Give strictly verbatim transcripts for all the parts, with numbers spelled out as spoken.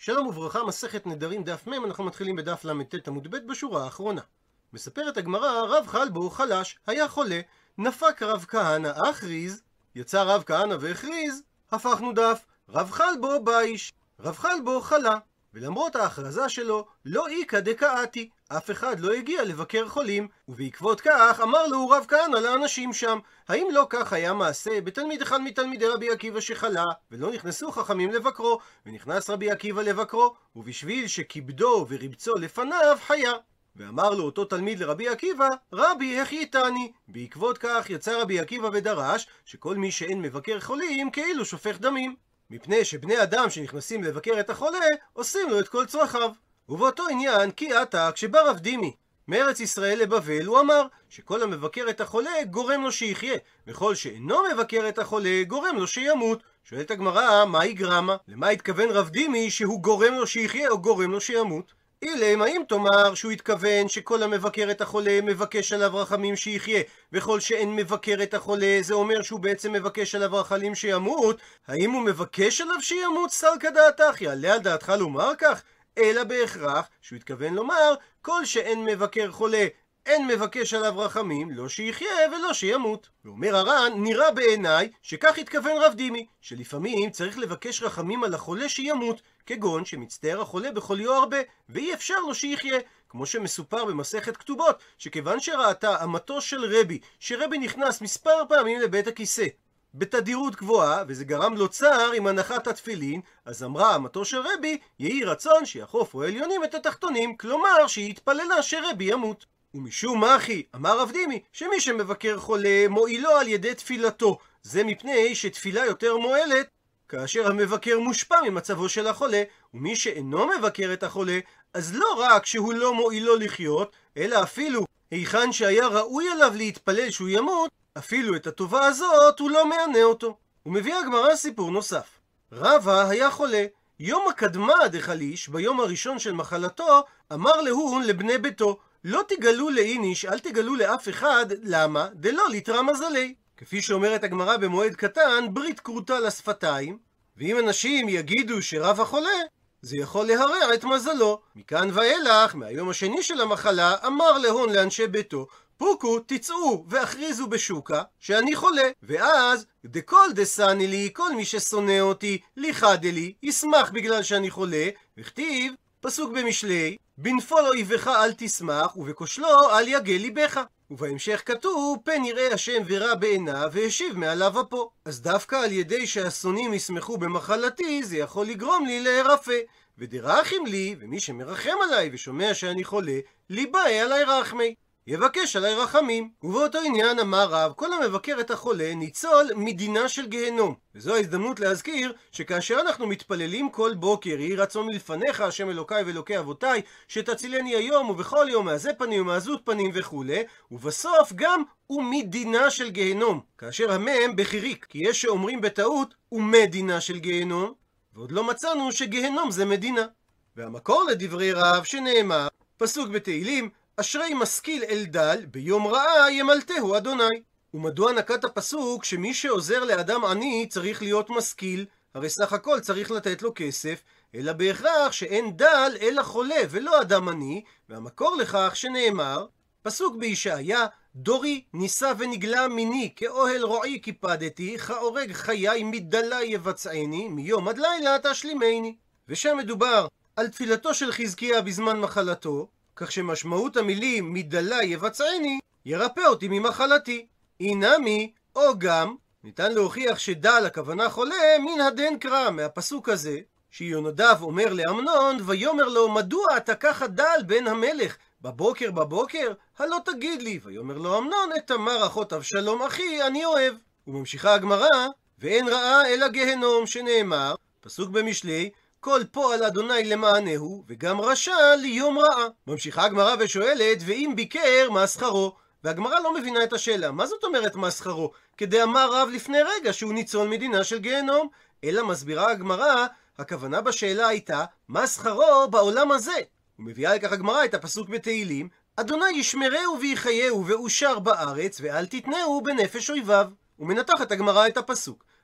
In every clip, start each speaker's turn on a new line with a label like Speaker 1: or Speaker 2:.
Speaker 1: שלום וברכה, מסכת נדרים דף מ', אנחנו מתחילים בדף ל"ט עמוד ב' בשורה האחרונה. מספרת הגמרא, רב חלבו חלש, היה חולה, נפק רב כהנא הכריז, יצא רב כהנא והכריז, הפכנו דף, רב חלבו באיש, רב חלבו חלה, ולמרות ההכרזה שלו, לא איקא דקאתי, אף אחד לא הגיע לבקר חולים, ובעקבות כך אמר לו רב כהנא לאנשים שם, האם לא כך היה מעשה בתלמיד אחד מתלמידי רבי עקיבא שחלה, ולא נכנסו חכמים לבקרו, ונכנס רבי עקיבא לבקרו, ובשביל שכיבדו וריבצו לפניו חיה. ואמר לו אותו תלמיד לרבי עקיבא, רבי החייתני. בעקבות כך יצא רבי עקיבא ודרש שכל מי שאין מבקר חולים כאילו שופך דמים, מפני שבני אדם שנכנסים לבקר את החולה עושים לו את כל צרכיו. ובאותו עניין כי עתה כשבא רב דימי מארץ ישראל לבבל, הוא אמר שכל המבקר את החולה גורם לו שיחיה, וכל שאינו מבקר את החולה גורם לו שימות. שואלת הגמרא, מהי גרמה? למה התכוון רב דימי שהוא גורם לו שיחיה או גורם לו שימות? אילם, האם תאמר שהוא התכוון שכל המבקר את החולה מבקש עליו רחמים שיחיה, וכל שאין מבקר את החולה זה אומר שהוא בעצם מבקש עליו רחמים שימות? האם הוא מבקש עליו שימות? סלקא דעתך, יעלה על דעתך לומר כך? אלא בהכרח שהוא התכוון לומר כל שאין מבקר חולה אין מבקש עליו רחמים, לא שיחיה ולא שימות. ואומר הר"ן, נראה בעיניי שכך התכוון רב דימי, שלפעמים צריך לבקש רחמים על החולה שימות, כגון שמצטער החולה בחוליו הרבה ואי אפשר לו שיחיה, כמו שמסופר במסכת כתובות, שכיוון שראתה אמתו של רבי שרבי נכנס מספר פעמים לבית הכיסא בתדירות גבוהה, וזה גרם לו צער עם הנחת התפילין, אז אמרה אמתו של רבי, יהי רצון שיחופו העליונים את התחתונים, כלומר שהיא התפללה שרבי ימות. ומשום מחי, אמר רב דימי, שמי שמבקר חולה מועילו על ידי תפילתו, זה מפני שתפילה יותר מועלת כאשר המבקר מושפע ממצבו של החולה, ומי שאינו מבקר את החולה, אז לא רק שהוא לא מועילו לחיות, אלא אפילו היכן שהיה ראוי עליו להתפלל שהוא ימות, אפילו את הטובה הזאת הוא לא מענה אותו. ומביא הגמרא סיפור נוסף. רבא היה חולה, יום הקדמה דחליש, ביום הראשון של מחלתו, אמר להון לבני ביתו, לא תגלו לאיניש, אל תגלו לאף אחד, למה? דלא ליתרא מזלי. כפי שאומרת הגמרא במועד קטן, ברית כרותה לשפתיים, ואם אנשים יגידו שרבא חולה, זה יכול להרע את מזלו. מכאן ואילך, מהיום השני של המחלה, אמר להון לאנשי ביתו, פוקו, תצאו והכריזו בשוקה שאני חולה, ואז דכל דסני לי, כל מי ששונא אותי, ליחד לי, ישמח בגלל שאני חולה, וכתיב פסוק במשלי, בנפול אויבך אל תשמח, ובכושלו אל יגל ליבך. ובהמשך כתוב, פן יראה השם ורע בעיניו, והשיב מעליו אפו. אז דווקא על ידי שהשונאים ישמחו במחלתי, זה יכול לגרום לי להירפא. ודרחים לי, ומי שמרחם עליי ושומע שאני חולה, ליבאי עליי רחמי, יבקש עליי רחמים. ובאותו עניין אמר רב, כל המבקר את החולה ניצול מדינה של גהנום. וזו ההזדמנות להזכיר שכאשר אנחנו מתפללים כל בוקר, יהי רצון מלפניך השם אלוקיי ואלוקי אבותיי, שתצילני היום ובכל יום מעזי פנים ומעזות פנים וכו', ובסוף גם ומדינה של גהנום, כאשר המם בחיריק, כי יש שאומרים בטעות ומדינה של גהנום, ועוד לא מצאנו שגהנום זה מדינה. והמקור לדברי רב שנאמר, פסוק בתהילים, אשרי משכיל אל דל, ביום רעה ימלטהו אדוני. ומדוע נקט הפסוק שמי שעוזר לאדם עני צריך להיות משכיל? הרי סך הכל צריך לתת לו כסף, אלא בהכרח שאין דל אלא חולה ולא אדם עני, והמקור לכך שנאמר, פסוק בישעיה, דורי ניסה ונגלה מיני, כאוהל רועי קיפדתי, כאורג חיי מדלה יבצעני, מיום עד לילה תשלימני. ושם מדובר על תפילתו של חזקיה בזמן מחלתו, כך שמשמעות המילים מדלה יבצעני, ירפא אותי ממחלתי. אינמי, או גם, ניתן להוכיח שדל הכוונה חולה מן הדן קרא, מהפסוק הזה, שיונדב אומר לאמנון, ויאמר לו, מדוע אתה ככה דל בן המלך? בבוקר בבוקר? הלא תגיד לי. ויאמר לו אמנון, את תמר אחות אבשלום אחי אני אוהב. וממשיכה הגמרא, ואין רעה אלא גהנום, שנאמר, פסוק במשלי, כל פועל אדוני למענהו, וגם רשע ליום רעה. ממשיכה הגמרא ושואלת, ואם ביקר, מה שכרו? והגמרא לא מבינה את השאלה. מה זאת אומרת מה שכרו? כדי אמר רב לפני רגע שהוא ניצול מדינה של גהנום. אלא מסבירה הגמרא, הכוונה בשאלה הייתה, מה שכרו בעולם הזה? ומביאה לכך הגמרא את הפסוק בתהילים, אדוני ישמרהו ויחייהו ואושר בארץ, ואל תתנהו בנפש אויביו. ומנתחת הגמרא את הפסוק.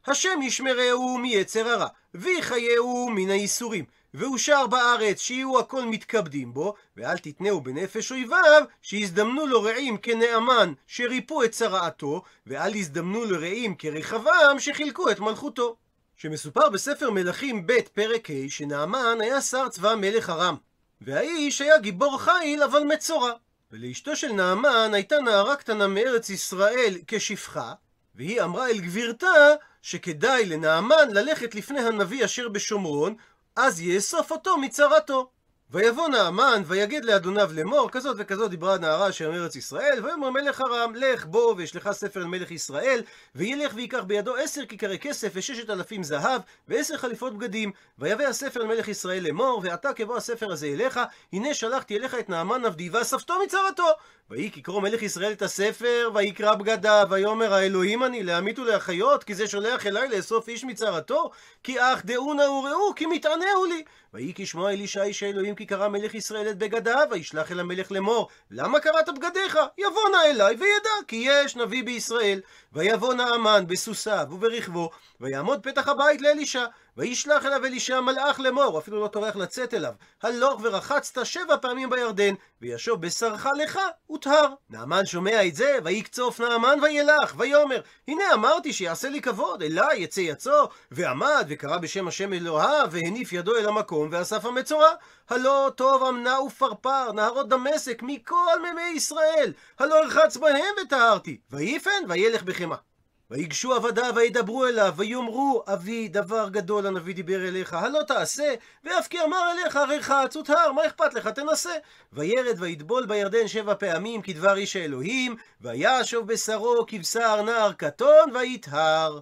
Speaker 1: השם ישמרהו מיצר הרע, ויחייהו מן הייסורים, ואושר בארץ שיהיו הכל מתכבדים בו, ואל תתנהו בנפש אויביו, שיזדמנו לו רעים כנאמן שריפו את צרעתו, ואל יזדמנו לו רעים כרחבעם שחילקו את מלכותו. שמסופר בספר מלכים ב' פרק ה' שנעמן היה שר צבא מלך ארם, והאיש היה גיבור חיל אבל מצורע. ולאשתו של נעמן הייתה נערה קטנה מארץ ישראל כשפחה, והיא אמרה אל גבירתה שכדאי לנעמן ללכת לפני הנביא אשר בשומרון, אז יאסוף אותו מצרתו. ויבוא נעמן ויגד לאדוניו לאמור, כזאת וכזאת דיברה נערה אשר מארץ ישראל, ויאמר מלך ארם, לך בוא ואשלח ספר אל מלך ישראל, וילך ויקח בידו עשר כיכרי כסף וששת אלפים זהב ועשר חליפות בגדים, ויבא הספר אל מלך ישראל לאמור, ועתה כבוא הספר הזה אליך, הנה שלחתי אליך את נעמן עבדי ואספתו מצרתו. ויהי כקרוא מלך ישראל את הספר, ויקרא בגדיו, ויאמר האלוהים אני להמית ולהחיות, כי זה שולח אליי לאסוף איש מצרתו, כי אך דעונה וראו, כי מתענהו לי. ויהי כשמוע אלישע איש האלוהים כי קרא מלך ישראל את בגדיו, וישלח אל המלך לאמור, למה קראת בגדיך? יבוא נא אליי וידע כי יש נביא בישראל. ויבוא נעמן בסוסיו וברכבו, ויעמוד פתח הבית לאלישע, וישלח אליו אלישע מלאך לאמור, אפילו לא טורח לצאת אליו, הלוך ורחצת שבע פעמים בירדן, וישוב בשרך לך וטהר. נעמן שומע את זה, ויקצוף נעמן וילך, ויאמר, הנה אמרתי שיעשה לי כבוד, אליי יצא יצוא, ועמד וקרא בשם השם אלוהיו, והניף ידו אל המקום ואסף המצורע. הלא טוב אמנה ופרפר, נהרות דמשק מכל מימי ישראל, הלא ארחץ בהם וטהרתי, ויפן וילך בחמה. ויגשו עבדיו וידברו אליו, ויאמרו, אבי דבר גדול הנביא דיבר אליך, הלא תעשה, ואף כי אמר אליך רחץ וטהר, מה אכפת לך, תנסה. וירד ויטבול בירדן שבע פעמים כדבר איש האלוהים, וישוב בשרו כבשר נער קטון ויטהר.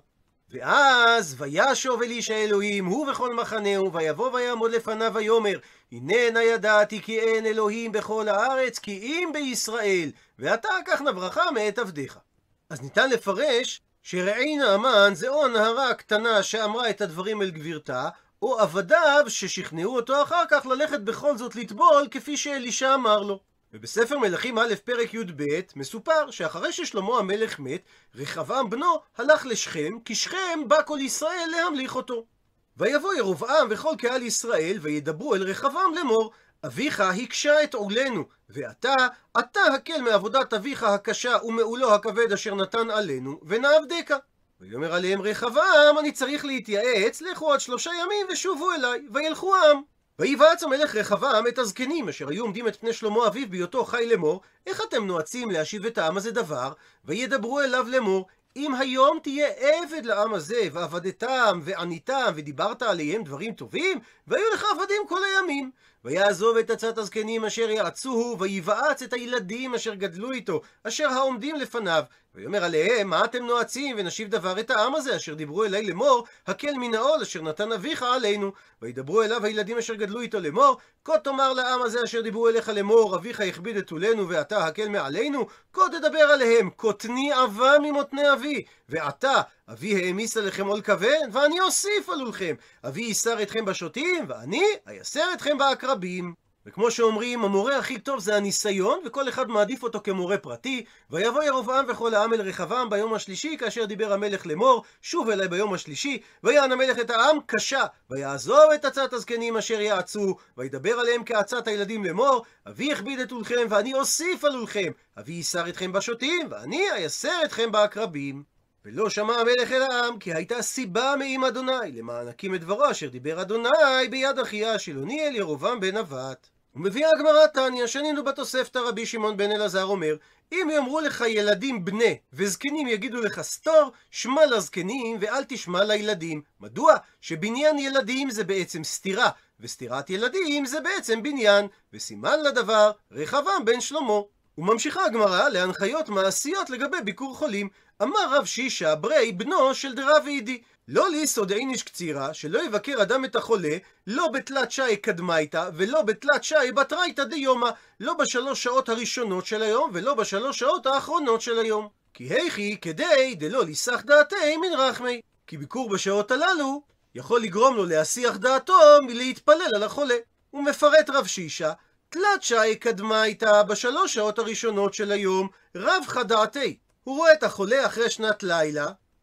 Speaker 1: ואז וישוב אל איש האלוהים הוא וכל מחנהו, ויבוא ויעמוד לפניו ויאמר, הננה ידעתי כי אין אלוהים בכל הארץ כי אם בישראל, ואתה קח נא ברכה מאת עבדיך. אז ניתן לפרש שראי נעמן זה או הנערה הקטנה שאמרה את הדברים אל גבירתה, או עבדיו ששכנעו אותו אחר כך ללכת בכל זאת לטבול כפי שאלישע אמר לו. ובספר מלכים א' פרק י"ב מסופר שאחרי ששלמה המלך מת, רחבעם בנו הלך לשכם, כי שכם בא כל ישראל להמליך אותו. ויבוא ירבעם וכל קהל ישראל וידברו אל רחבעם לאמור, אביך הקשה את עולנו, ואתה, אתה הקל מעבודת אביך הקשה ומעולו הכבד אשר נתן עלינו, ונעבדך. ויאמר עליהם רחבעם, אני צריך להתייעץ, לכו עוד שלושה ימים ושובו אליי, וילכו העם. ויבעץ המלך רחבעם את הזקנים אשר היו עומדים את פני שלמה אביו בהיותו חי לאמור, איך אתם נועצים להשיב את העם הזה דבר? וידברו אליו לאמור, אם היום תהיה עבד לעם הזה, ועבדתם ועניתם ודיברת עליהם דברים טובים, והיו לך עבדים כל הימים. ויעזוב את עצת הזקנים אשר יעצוהו, ויבעץ את הילדים אשר גדלו איתו, אשר העומדים לפניו. ויאמר עליהם, מה אתם נועצים ונשיב דבר את העם הזה אשר דיברו אלי לאמור, הקל מן העול אשר נתן אביך עלינו. וידברו אליו הילדים אשר גדלו איתו לאמור, כה תאמר לעם הזה אשר דיברו אליך לאמור, אביך הכביד את עולנו ואתה הקל מעלינו, כה תדבר עליהם, קוטני עבה ממותני אבי, ועתה אבי העמיס עליכם עול כבד, ואני אוסיף על עולכם, אבי ייסר אתכם בשוטים, ואני אייסר אתכם בעקרבים. וכמו שאומרים, המורה הכי טוב זה הניסיון, וכל אחד מעדיף אותו כמורה פרטי. ויבוא ירבעם וכל העם אל רחבעם ביום השלישי, כאשר דיבר המלך לאמור, שוב אליי ביום השלישי, ויען המלך את העם קשה, ויעזוב את עצת הזקנים אשר יעצו, וידבר עליהם כעצת הילדים לאמור, אבי הכביד את עולכם, ואני אוסיף על עולכם, אבי ייסר אתכם בשוטים, ואני אייסר אתכם בעקרבים. ולא שמע המלך אל העם, כי הייתה סיבה מעם אדוני, למען הקים את דברו אשר דיבר אדוני ביד אחיה השילוני אל ירבעם בן נבט. ומביאה הגמרא תניא, שנינו בתוספתא, רבי שמעון בן אלעזר אומר, אם יאמרו לך ילדים בני וזקנים יגידו לך סתור, שמע לזקנים ואל תשמע לילדים. מדוע? שבניין ילדים זה בעצם סתירה, וסתירת ילדים זה בעצם בניין, וסימן לדבר רחבעם בן שלמה. וממשיכה הגמרא להנחיות מעשיות לגבי ביקור חולים. אמר רב שישא ברי בנו של דרב אידי, לא ליסוד איניש קצירה, שלא יבקר אדם את החולה, לא בתלת שי קדמייתא, ולא בתלת שי בתרייתא דיומא, לא בשלוש שעות הראשונות של היום, ולא בשלוש שעות האחרונות של היום. כי היכי כדי דלא ליסח דעתי מן רחמי, כי ביקור בשעות הללו יכול לגרום לו להסיח דעתו מלהתפלל על החולה. הוא מפרט רב שישא, תלת שי קדמייתא בשלוש שעות הראשונות של היום, רב חדעתי. הוא רואה את החולה אחרי שנת לילה,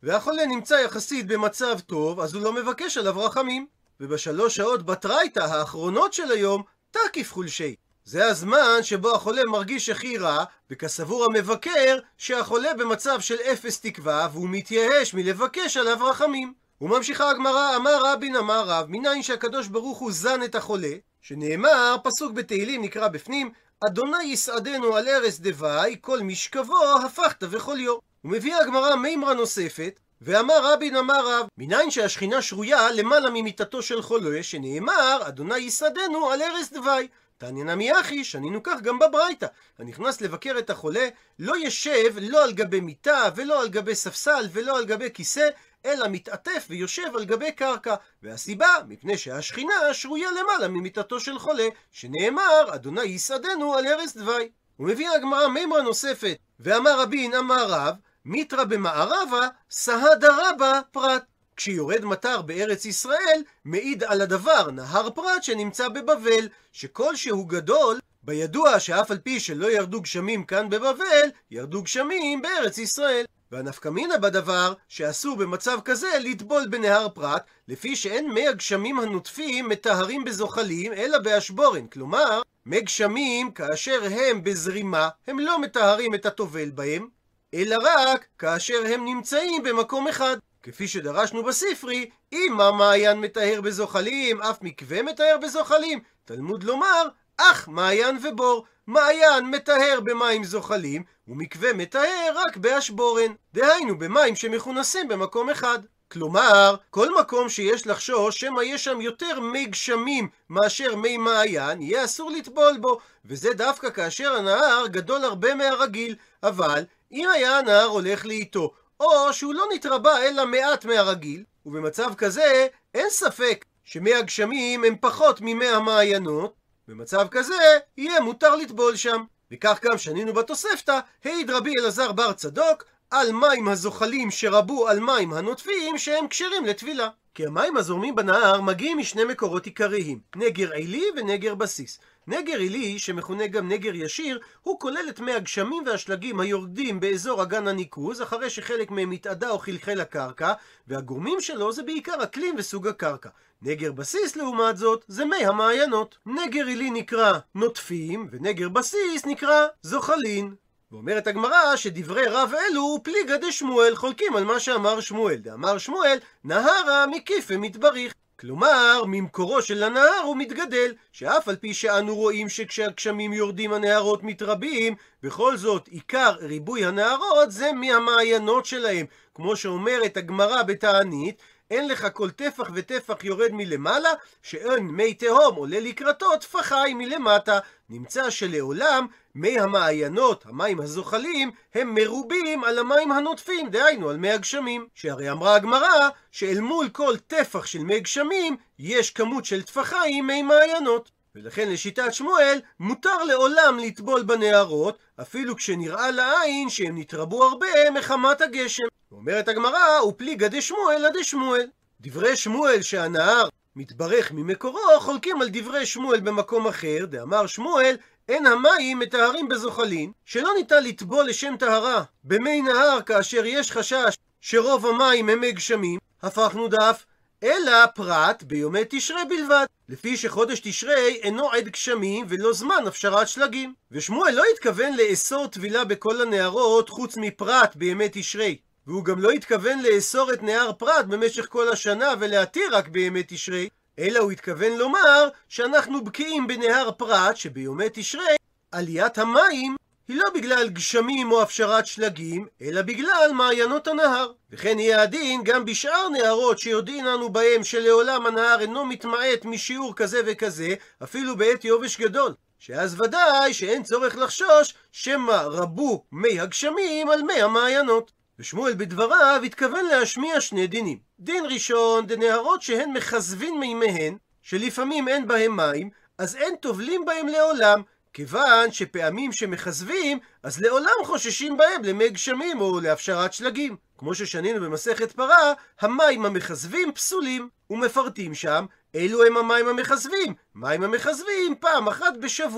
Speaker 1: והחולה נמצא יחסית במצב טוב, אז הוא לא מבקש עליו רחמים. ובשלוש שעות בתרייתא האחרונות של היום, תקיף חולשי. זה הזמן שבו החולה מרגיש הכי רע, וכסבור המבקר שהחולה במצב של אפס תקווה, והוא מתייאש מלבקש עליו רחמים. וממשיכה הגמרא, אמר רבין אמר רב, מניין שהקדוש ברוך הוא זן את החולה, שנאמר, פסוק בתהילים נקרא בפנים, אדוני יסעדנו על ערש דווי, כל משכבו הפכת וחוליו. הוא מביא הגמרא מימרה נוספת, ואמר רבין אמר רב, מניין שהשכינה שרויה למעלה ממיטתו של חולה, שנאמר, אדוני יסעדנו על ערש דווי. תניא נמי אחי, שנינו כך גם בברייתא. הנכנס לבקר את החולה, לא ישב לא על גבי מיטה, ולא על גבי ספסל, ולא על גבי כיסא, אלא מתעטף ויושב על גבי קרקע. והסיבה, מפני שהשכינה שרויה למעלה ממיטתו של חולה, שנאמר, אדוני יסעדנו על ערש דווי. הוא מביא הגמרא מימרה נוספת, ואמר רבין אמר רב, מיתרא במערבה, סהדה רבה פרט. כשיורד מטר בארץ ישראל, מעיד על הדבר נהר פרת שנמצא בבבל, שכל שהוא גדול, בידוע שאף על פי שלא ירדו גשמים כאן בבבל, ירדו גשמים בארץ ישראל. והנפקא מינה בדבר, שאסור במצב כזה לטבול בנהר פרת, לפי שאין מי הגשמים הנוטפים מטהרים בזוחלים, אלא באשבורן. כלומר, מי גשמים כאשר הם בזרימה, הם לא מטהרים את הטובל בהם, אלא רק כאשר הם נמצאים במקום אחד. כפי שדרשנו בספרי, אם המעיין מטהר בזוחלים, אף מקווה מטהר בזוחלים, תלמוד לומר, אך מעיין ובור. מעיין מטהר במים זוחלים, ומקווה מטהר רק באשבורן. דהיינו במים שמכונסים במקום אחד. כלומר, כל מקום שיש לחשוש שמא יש שם יותר מי גשמים מאשר מי מעיין, יהיה אסור לטבול בו, וזה דווקא כאשר הנהר גדול הרבה מהרגיל. אבל אם היה הנהר הולך לאיתו, או שהוא לא נתרבה אלא מעט מהרגיל, ובמצב כזה אין ספק שמי הגשמים הם פחות ממי המעיינות, במצב כזה יהיה מותר לטבול שם. וכך גם שנינו בתוספתא, העיד רבי אלעזר בר צדוק על מים הזוחלים שרבו על מים הנוטפים שהם כשרים לטבילה. כי המים הזורמים בנהר מגיעים משני מקורות עיקריים, נגר עילי ונגר בסיס. נגר עילי, שמכונה גם נגר ישיר, הוא כולל את מי הגשמים והשלגים היורדים באזור אגן הניקוז, אחרי שחלק מהם מתאדה או חלחל לקרקע, והגורמים שלו זה בעיקר אקלים וסוג הקרקע. נגר בסיס לעומת זאת זה מי המעיינות. נגר עילי נקרא נוטפים, ונגר בסיס נקרא זוחלין. ואומרת הגמרא שדברי רב אלו פליגא דשמואל, חולקים על מה שאמר שמואל. דאמר שמואל, נהרה מקיף מתבריך. כלומר, ממקורו של הנהר הוא מתגדל, שאף על פי שאנו רואים שכשהגשמים יורדים הנהרות מתרבים, בכל זאת עיקר ריבוי הנהרות זה מהמעיינות שלהם. כמו שאומרת הגמרא בתענית, אין לך כל טפח וטפח יורד מלמעלה, שאין מי תהום עולה לקראתו טפחי מלמטה. נמצא שלעולם מי המעיינות, המים הזוחלים, הם מרובים על המים הנוטפים, דהיינו על מי הגשמים. שהרי אמרה הגמרא שאל מול כל טפח של מי גשמים יש כמות של טפחיים מי מעיינות. ולכן לשיטת שמואל מותר לעולם לטבול בנהרות, אפילו כשנראה לעין שהם נתרבו הרבה מחמת הגשם. אומרת הגמרא, ופליגא דשמואל דשמואל. דברי שמואל שהנהר מתברך ממקורו חולקים על דברי שמואל במקום אחר. דאמר שמואל, אין המים מטהרים בזוחלין, שלא ניתן לטבול לשם טהרה במי נהר כאשר יש חשש שרוב המים הם מי גשמים. הפכנו דף, אלא פרט ביומי תשרי בלבד, לפי שחודש תשרי אינו עד גשמים ולא זמן הפשרת שלגים. ושמואל לא התכוון לאסור טבילה בכל הנהרות חוץ מפרט בימי תשרי, והוא גם לא התכוון לאסור את נהר פרת במשך כל השנה ולהתיר רק בימי תשרי, אלא הוא התכוון לומר שאנחנו בקיאים בנהר פרת שביומי תשרי עליית המים היא לא בגלל גשמים או הפשרת שלגים, אלא בגלל מעיינות הנהר. וכן יהיה הדין גם בשאר נהרות שיודעים לנו בהם שלעולם הנהר אינו מתמעט משיעור כזה וכזה, אפילו בעת יובש גדול, שאז ודאי שאין צורך לחשוש שמא רבו מי הגשמים על מי המעיינות. ושמואל בדבריו התכוון להשמיע שני דינים. דין ראשון, דנהרות שהן מחזבין מימיהן, שלפעמים אין בהם מים, אז אין טובלים בהם לעולם, כיוון שפעמים שמחזבים, אז לעולם חוששים בהם למי גשמים או להפשרת שלגים. כמו ששנינו במסכת פרה, המים המחזבים פסולים, ומפרטים שם, אלו הם המים המחזבים. מים המחזבים פעם אחת בשבוע.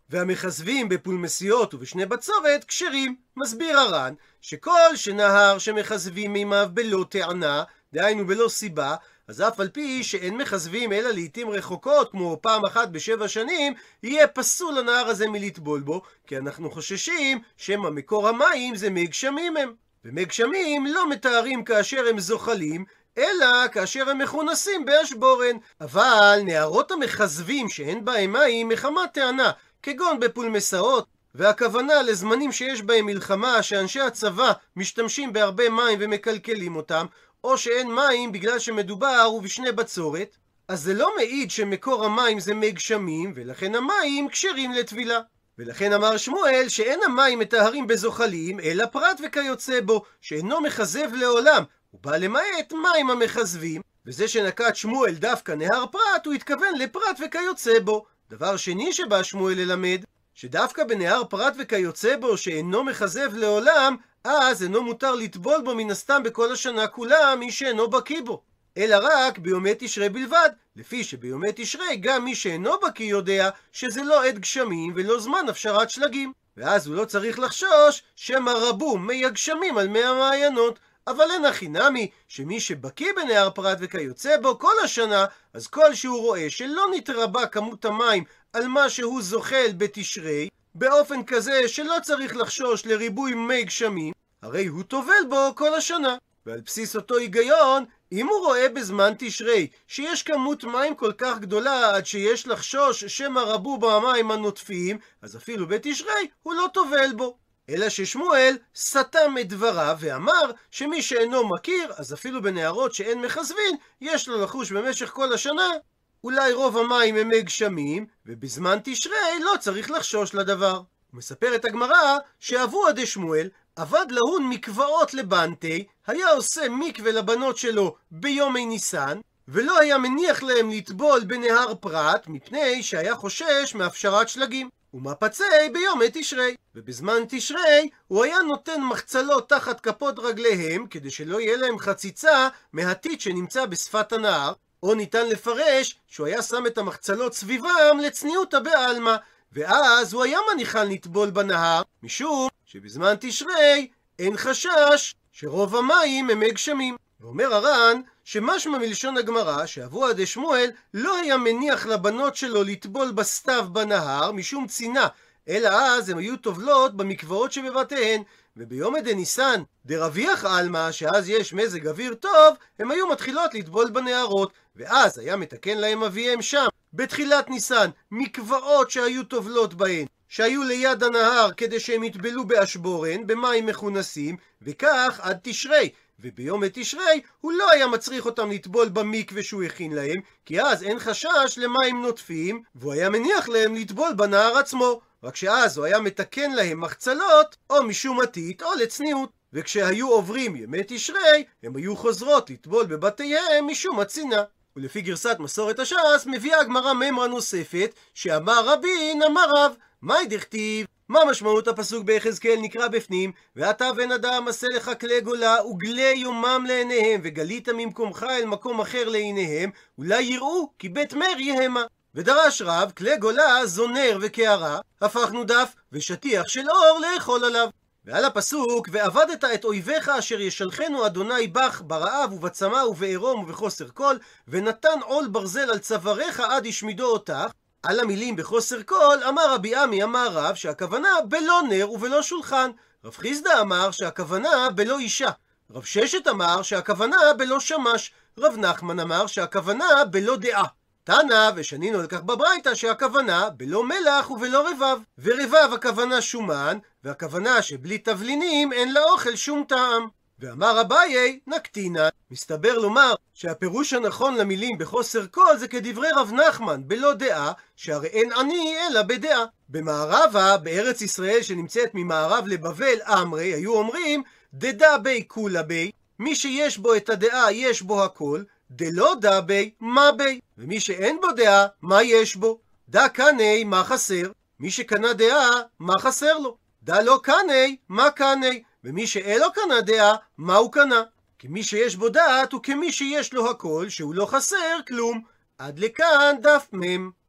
Speaker 1: והמכזבים בפולמסיות ובשני בצורת כשרים. מסביר הר"ן שכל שנהר שמכזבים מימיו בלא טענה, דהיינו בלא סיבה, אז אף על פי שאין מכזבים אלא לעתים רחוקות, כמו פעם אחת בשבע שנים, יהיה פסול הנהר הזה מלטבול בו, כי אנחנו חוששים שמא מקור המים זה מי גשמים הם. ומי גשמים לא מתארים כאשר הם זוחלים, אלא כאשר הם מכונסים באשבורן. אבל נהרות המכזבים שאין בהם מים מחמת טענה, כגון בפולמסאות, והכוונה לזמנים שיש בהם מלחמה, שאנשי הצבא משתמשים בהרבה מים ומקלקלים אותם, או שאין מים בגלל שמדובר ובשני בצורת, אז זה לא מעיד שמקור המים זה מי גשמים, ולכן המים כשרים לטבילה. ולכן אמר שמואל שאין המים מטהרים בזוחלים, אלא פרת וכיוצא בו, שאינו מכזב לעולם, הוא בא למעט מים המכזבים. וזה שנקט שמואל דווקא נהר פרת, הוא התכוון לפרת וכיוצא בו. דבר שני שבא שמואל ללמד, שדווקא בנהר פרת וכיוצא בו שאינו מכזב לעולם, אז אינו מותר לטבול בו מן הסתם בכל השנה כולה מי שאינו בקיא בו, אלא רק ביומי תשרי בלבד, לפי שביומי תשרי גם מי שאינו בקיא יודע שזה לא עת גשמים ולא זמן הפשרת שלגים, ואז הוא לא צריך לחשוש שמא רבו מי הגשמים על מי המעיינות. אבל אין הכי נמי שמי שבקיא בנהר פרת וכיוצא בו כל השנה, אז כל שהוא רואה שלא נתרבה כמות המים על מה שהוא זוחל בתשרי, באופן כזה שלא צריך לחשוש לריבוי מי גשמים, הרי הוא טובל בו כל השנה. ועל בסיס אותו היגיון, אם הוא רואה בזמן תשרי שיש כמות מים כל כך גדולה עד שיש לחשוש שמא רבו במים הנוטפים, אז אפילו בתשרי הוא לא טובל בו. אלא ששמואל סתם את דבריו ואמר שמי שאינו מכיר, אז אפילו בנהרות שאין מכזבין, יש לו לחוש במשך כל השנה אולי רוב המים הם מי גשמים, ובזמן תשרי לא צריך לחשוש לדבר. הוא מספר את הגמרא שאבוה דשמואל עבד להון מקוואות לבנתי, היה עושה מקווה לבנות שלו ביומי ניסן, ולא היה מניח להם לטבול בנהר פרת, מפני שהיה חושש מהפשרת שלגים. ומפצי ביומי תשרי, ובזמן תשרי הוא היה נותן מחצלות תחת כפות רגליהם, כדי שלא יהיה להם חציצה מהטיט שנמצא בשפת הנהר, או ניתן לפרש שהוא היה שם את המחצלות סביבם לצניעותא בעלמא, ואז הוא היה מניחן לטבול בנהר, משום שבזמן תשרי אין חשש שרוב המים הם מי גשמים. ואומר הר"ן שמשמע מלשון הגמרא שאבוה דשמואל לא היה מניח לבנות שלו לטבול בסתיו בנהר משום צינה, אלא אז הם היו טובלות במקוואות שבבתיהן, וביום דניסן דרוויח עלמא, שאז יש מזג אוויר טוב, הם היו מתחילות לטבול בנהרות, ואז היה מתקן להם אביהם שם בתחילת ניסן מקוואות שהיו טובלות בהן, שהיו ליד הנהר, כדי שהם יטבלו באשבורן במים מכונסים, וכך עד תשרי. וביום תשרי הוא לא היה מצריך אותם לטבול במקווה שהוא הכין להם, כי אז אין חשש למים נוטפים, והוא היה מניח להם לטבול בנהר עצמו, רק שאז הוא היה מתקן להם מחצלות או משום עתית או לצניעות, וכשהיו עוברים ימי תשרי הם היו חוזרות לטבול בבתיהם משום הצינה. ולפי גרסת מסורת הש"ס מביאה הגמרא מימרה נוספת שאמר רבין אמר רב, מאי דכתיב, מה משמעות הפסוק ביחזקאל נקרא בפנים, ואתה בן אדם עשה לך כלי גולה וגלי יומם לעיניהם, וגלית ממקומך אל מקום אחר לעיניהם, אולי יראו כי בית מר יהמה. ודרש רב כלי גולה זונר וקערה, הפכנו דף ושטיח של אור לאכול עליו. ועל הפסוק ועבדת את אויביך אשר ישלחנו אדוני בך ברעב ובצמא ובעירום ובחוסר כל, ונתן עול ברזל על צוואריך עד השמידו אותך. על המילים בחוסר כל אמר רבי עמי אמר רב שהכוונה בלא נר ובלא שולחן, רב חיסדא אמר שהכוונה בלא אישה, רב ששת אמר שהכוונה בלא שמש, רב נחמן אמר שהכוונה בלא דעה. תנא ושנינו על כך בברייתא שהכוונה בלא מלח ובלא רבב, ורבב הכוונה שומן, והכוונה שבלי תבלינים אין לאוכל שום טעם. ואמר אביי נקטינה, מסתבר לומר שהפירוש הנכון למילים בחוסר כל זה כדברי רב נחמן בלא דעה, שהרי אין עני אלא בדעה. במערבה, בארץ ישראל שנמצאת ממערב לבבל אמרי, היו אומרים דדה בי כולה בי, מי שיש בו את הדעה יש בו הכל, דלא דה בי מה בי, ומי שאין בו דעה מה יש בו. דה קני מה חסר, מי שקנה דעה מה חסר לו, דה לא קני מה קני, ומי שאין לו קנה דעה, מה הוא קנה? כי מי שיש בו דעת הוא כמי שיש לו הכל, שהוא לא חסר כלום. עד לכאן דף מם.